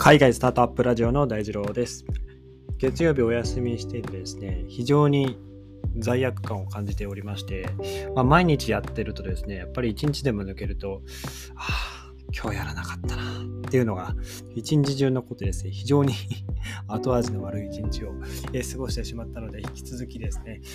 海外スタートアップラジオの大二郎です。月曜日お休みしていてですね、非常に罪悪感を感じておりまして、毎日やってるとですね、やっぱり一日でも抜けると、今日やらなかったなっていうのが一日中残ってですね、非常に後味の悪い一日を過ごしてしまったので、引き続きですね、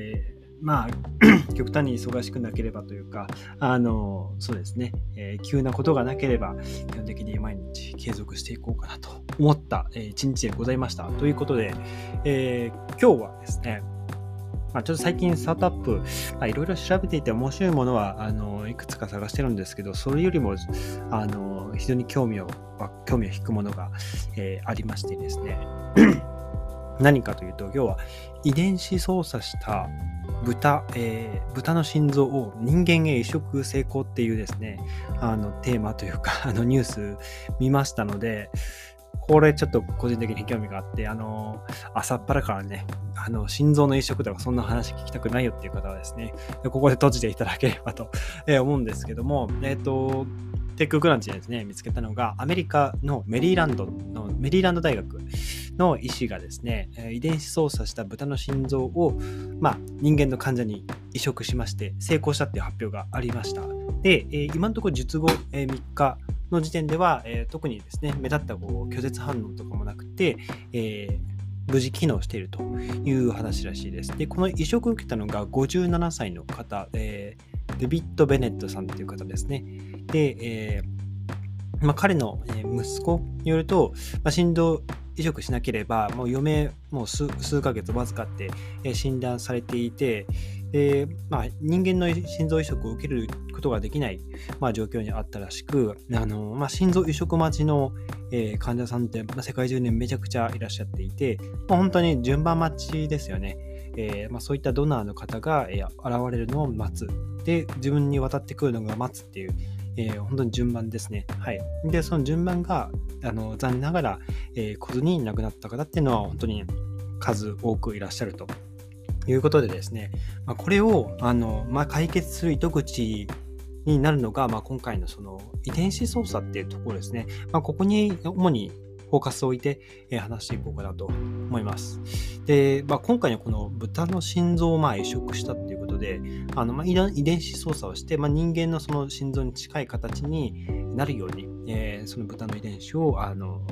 極端に忙しくなければというか、そうですね、急なことがなければ基本的に毎日継続していこうかなと思った、一日でございました。ということで、今日はですね、ちょっと最近スタートアップ、いろいろ調べていて面白いものはいくつか探してるんですけど、それよりも非常に興味を引くものが、ありましてですね何かというと、今日は遺伝子操作した豚の心臓を人間へ移植成功っていうですね、テーマというかニュース見ましたので、これちょっと個人的に興味があって、朝っぱらからね、心臓の移植とかそんな話聞きたくないよっていう方はですね、ここで閉じていただければと思うんですけども、テッククランチでですね、見つけたのがアメリカのメリーランド大学の医師がですね、遺伝子操作した豚の心臓を、人間の患者に移植しまして成功したっていう発表がありました。で、今のところ術後、3日の時点では、特にですね、目立った拒絶反応とかもなくて、無事機能しているという話らしいです。で、この移植を受けたのが57歳の方、デビッド・ベネットさんという方ですね。で、彼の息子によると、心臓移植しなければもう余命もう数ヶ月わずかって診断されていて、で、人間の心臓移植を受けることができない、状況にあったらしく、心臓移植待ちの、患者さんって、世界中にめちゃくちゃいらっしゃっていて、本当に順番待ちですよね。そういったドナーの方が、現れるのを待つ。で、自分に渡ってくるのが待つっていう、本当に順番ですね。はい。で、その順番が残念ながら、来ずに亡くなった方っていうのは本当に数多くいらっしゃるということでですね、これを解決する糸口になるのが、今回のその遺伝子操作っていうところですね。ここに主にフォーカスを置いて、話していこうかなと思います。で、今回のこの豚の心臓を移植したっていうことで、遺伝子操作をして、人間のその心臓に近い形になるように、その豚の遺伝子を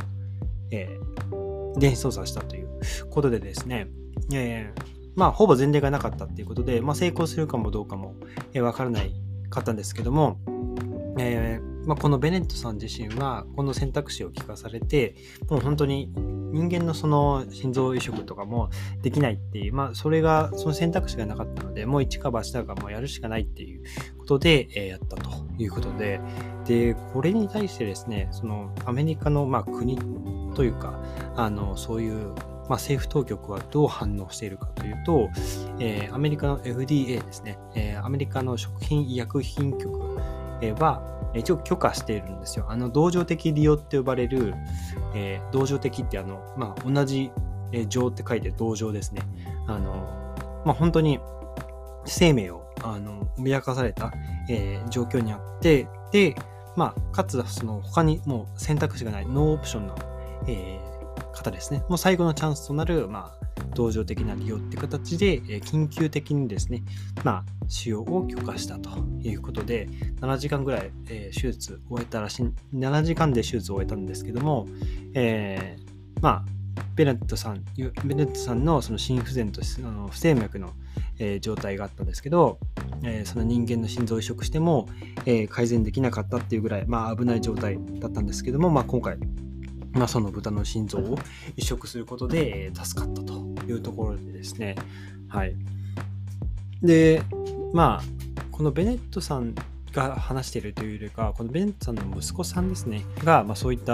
遺伝子操作したということでですね、ほぼ前例がなかったっていうことで、成功するかもどうかもわからないかったんですけども、このベネットさん自身はこの選択肢を聞かされて、もう本当に人間のその心臓移植とかもできないっていう、その選択肢がなかったので、もう一か八だがもうやるしかないっていうことで、やったということで、これに対してですね、そのアメリカの国というか、そういう政府当局はどう反応しているかというと、アメリカの FDA ですね、アメリカの食品医薬品局は一応許可しているんですよ。同情的利用って呼ばれる、同情的って同じ情って書いて同情ですね。本当に生命を脅かされた、状況にあって、で、かつその他にもう選択肢がないノーオプションの、方ですね。もう最後のチャンスとなる、同情的な利用って形で、緊急的にですね、使用を許可したということで、7時間ぐらい、手術を終えたらしい、7時間で手術を終えたんですけども、ベネットさんのその心不全と不整脈の、状態があったんですけど、その人間の心臓を移植しても、改善できなかったっていうぐらい、危ない状態だったんですけども、今回その豚の心臓を移植することで助かったというところでですね。はい。で、このベネットさんが話しているというよりか、このベネットさんの息子さんですね、が、そういった、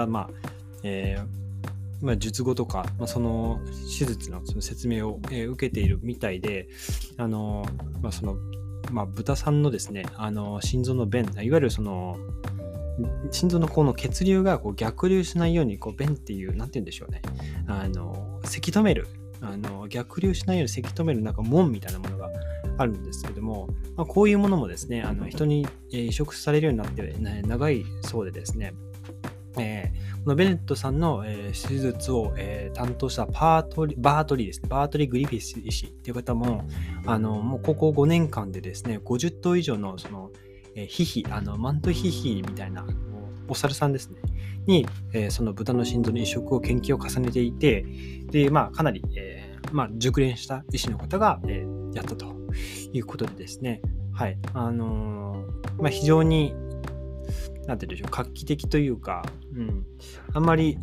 術後とか、その手術のその説明を、受けているみたいで、その豚さんのですね、心臓の弁、いわゆるその心臓のこの血流が逆流しないように弁っていうなんて言うんでしょうね、せき止める逆流しないようにせき止める門みたいなものがあるんですけども、こういうものもですね人に移植されるようになって長いそうでですね、 このベネットさんの、手術を、担当したバートリーですね。バートリー・グリフィス医師っていう方も、もうここ5年間でですね、50頭以上のその、マントヒヒみたいな、お猿さんですね、に、その豚の心臓の移植を研究を重ねていて、で、かなり、熟練した医師の方が、やったということでですね、はい、非常に、なんて言うんでしょう、画期的というか、あんまり、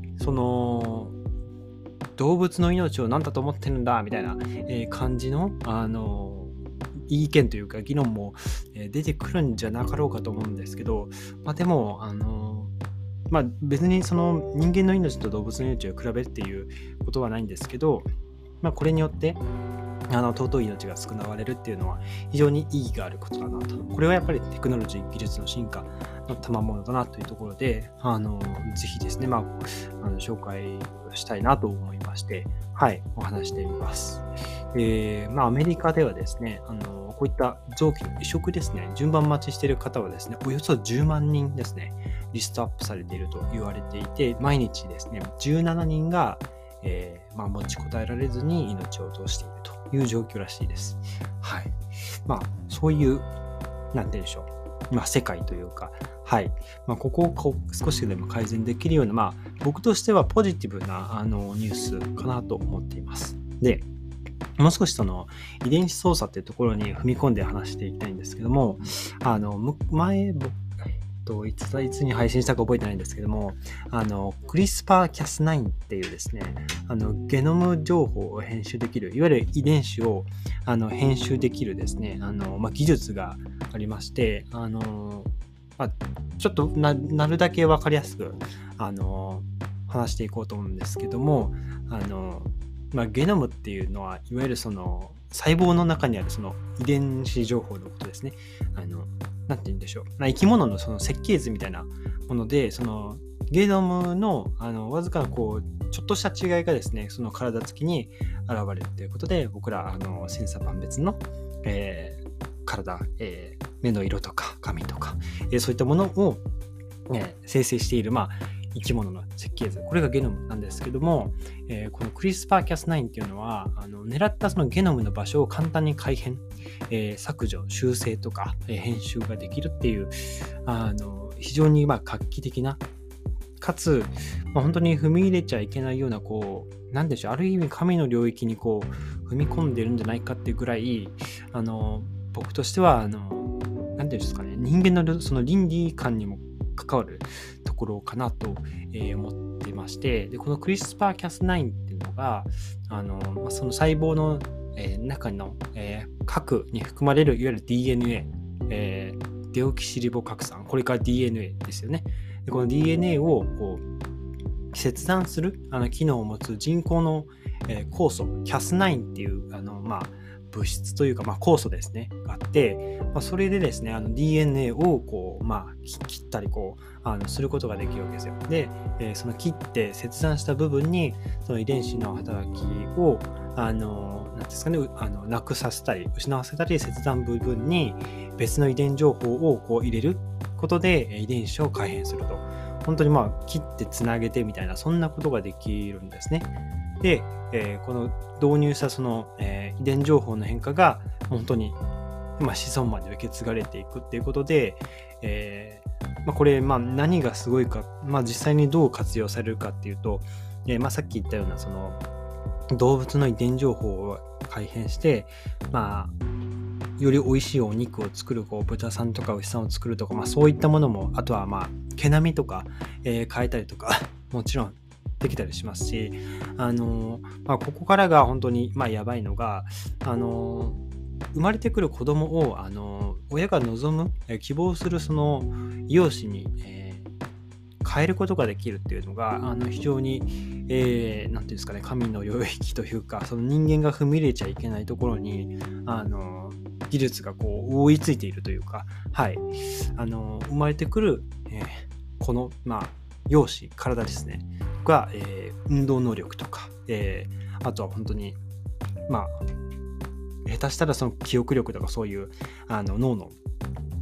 動物の命を何だと思ってるんだみたいな、感じの、意見というか議論も、出てくるんじゃなかろうかと思うんですけど、でも、別にその人間の命と動物の命を比べるっていうことはないんですけど、これによって尊い命が救われるっていうのは非常に意義があることだなと。これはやっぱりテクノロジー技術の進化の賜物だなというところで、ぜひですね、紹介したいなと思いまして、はい、お話してみます。アメリカではですね、こういった臓器の移植ですね、順番待ちしている方はですね、およそ10万人ですね、リストアップされていると言われていて、毎日ですね、17人が、持ちこたえられずに命を落としているという状況らしいです。はい。そういう、なんて言うんでしょう。世界というか、はい。ここを少しでも改善できるような、僕としてはポジティブなニュースかなと思っています。で、もう少しその遺伝子操作っていうところに踏み込んで話していきたいんですけども、前、いつに配信したか覚えてないんですけども、クリスパー・キャス9っていうですね、ゲノム情報を編集できる、いわゆる遺伝子を編集できるですね、技術がありまして、ちょっとなるだけ分かりやすく話していこうと思うんですけども、ゲノムっていうのはいわゆるその細胞の中にあるその遺伝子情報のことですね。なんて言うんでしょう。生き物のその設計図みたいなもので、そのゲノムのわずかなちょっとした違いがですね、その体つきに現れるということで、僕ら千差万別の、体、目の色とか髪とか、そういったものを、生成している生き物の設計図、これがゲノムなんですけども、このクリスパー・キャス9っていうのは狙ったそのゲノムの場所を簡単に改変、削除、修正とか、編集ができるっていう非常に画期的な、かつ、本当に踏み入れちゃいけないようななんでしょう、ある意味神の領域に踏み込んでるんじゃないかっていうぐらい僕としてはなんていうんですかね、人間のその倫理観にも関わるところかなと思っていまして、でこのクリスパー・キャス9っていうのがその細胞の中の核に含まれるいわゆる DNA、デオキシリボ核酸、これから DNA ですよね。でこの DNA を切断する機能を持つ人工の酵素 Cas9 っていう物質というか、酵素ですねがあって、それでですねDNA を切ったりすることができるわけですよ。で、その切って切断した部分にその遺伝子の働きをなんですかね、なくさせたり失わせたり、切断部分に別の遺伝情報を入れることで遺伝子を改変すると、本当に切ってつなげてみたいな、そんなことができるんですね。で、この導入したその、遺伝情報の変化が本当に、子孫まで受け継がれていくっていうことで、これ、何がすごいか、実際にどう活用されるかっていうと、さっき言ったようなその動物の遺伝情報を改変して、より美味しいお肉を作る豚さんとか牛さんを作るとか、そういったものも、あとは毛並みとか、変えたりとかもちろんできたりしますし、ここからが本当にやばいのが生まれてくる子供を親が望む希望するその容姿に、変えることができるっていうのが非常になんていうんですかね、神の領域というか、その人間が踏み入れちゃいけないところに技術が追いついているというか、はい、生まれてくる、この容姿、体ですねが、運動能力とか、あとは本当に下手したらその記憶力とかそういう脳の、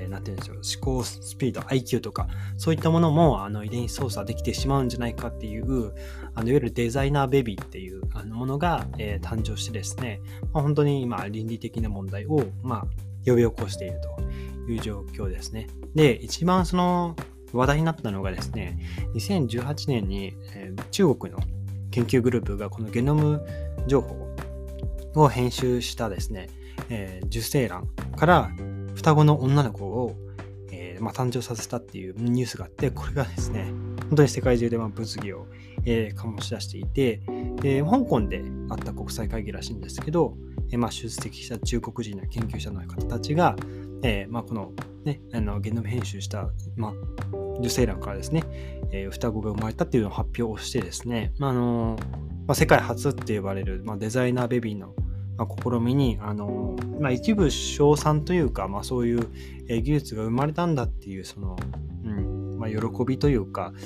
なんて言うんでしょう、思考スピード、IQ とか、そういったものも遺伝子操作できてしまうんじゃないかっていう、いわゆるデザイナーベビーっていうものが、誕生してですね、本当に今、倫理的な問題を、呼び起こしているという状況ですね。で、一番その話題になったのがですね、2018年に、中国の研究グループがこのゲノム情報を編集したですね、受精卵から双子の女の子を、誕生させたっていうニュースがあって、これがですね、本当に世界中で物議を、醸し出していて、香港であった国際会議らしいんですけど、出席した中国人の研究者の方たちが、この、ね、ゲノム編集した、受精卵からですね、双子が生まれたっていうのを発表をしてですね、世界初って呼ばれる、デザイナーベビーの試みに一部称賛というか、そういう技術が生まれたんだっていうその、喜びというか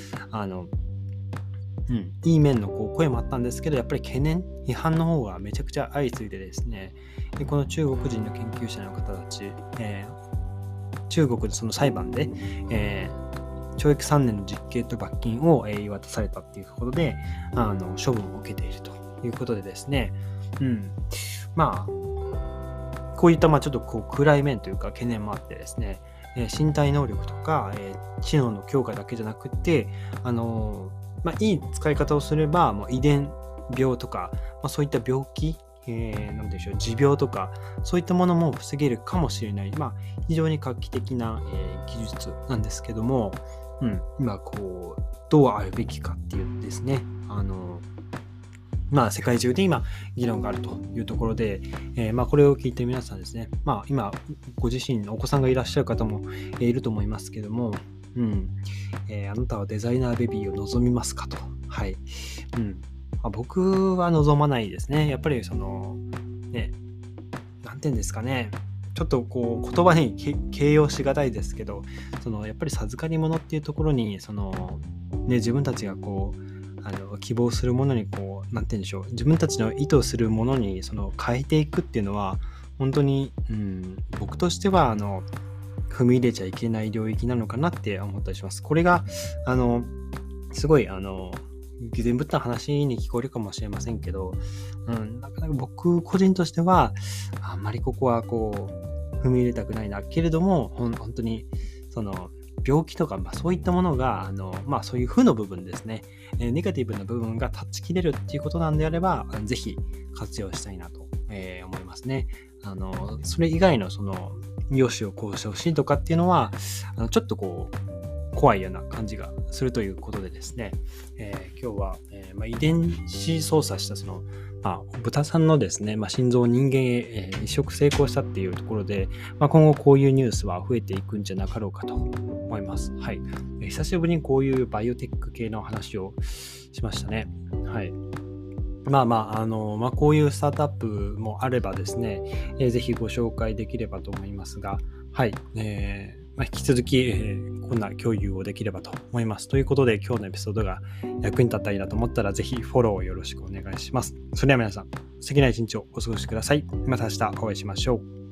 いい面の声もあったんですけど、やっぱり懸念、批判の方がめちゃくちゃ相次いでですね、でこの中国人の研究者の方たち、中国でその裁判で、懲役3年の実刑と罰金を言い渡されたっていうところで処分を受けているということでですね、こういったちょっと暗い面というか懸念もあってですね、身体能力とか、知能の強化だけじゃなくていい使い方をすればもう遺伝病とか、そういった病気、なんでしょう、持病とかそういったものも防げるかもしれない、非常に画期的な、技術なんですけども、今どうあるべきかっていうですね、世界中で今議論があるというところで、これを聞いて皆さんですね、今ご自身のお子さんがいらっしゃる方もいると思いますけども、あなたはデザイナーベビーを望みますかと。はい。僕は望まないですね。やっぱりそのね、なんていうんですかね、ちょっと言葉に形容しがたいですけど、やっぱり授かり物っていうところに自分たちが希望するものになんて言うんでしょう、自分たちの意図するものに変えていくっていうのは本当に、僕としては踏み入れちゃいけない領域なのかなって思ったりします。これがすごい偽善ぶった話に聞こえるかもしれませんけど、なかなか僕個人としてはあんまりここは踏み入れたくないなけれども、本当に病気とか、そういったものがそういう負の部分ですね、ネガティブな部分が断ち切れるっていうことなんであれば、ぜひ活用したいなと、思いますね。それ以外の容姿をこうしてほしいとかっていうのはちょっと怖いような感じがするということでですね、今日は、遺伝子操作した豚さんのですね、心臓を人間へ、移植成功したっていうところで、今後こういうニュースは増えていくんじゃなかろうかと思います。はい。久しぶりにこういうバイオテック系の話をしましたね。はい。こういうスタートアップもあればですね、ぜひご紹介できればと思いますが、はい。引き続き、こんな共有をできればと思います。ということで、今日のエピソードが役に立ったりだと思ったら、ぜひフォローをよろしくお願いします。それでは皆さん、素敵な一日をお過ごしください。また明日お会いしましょう。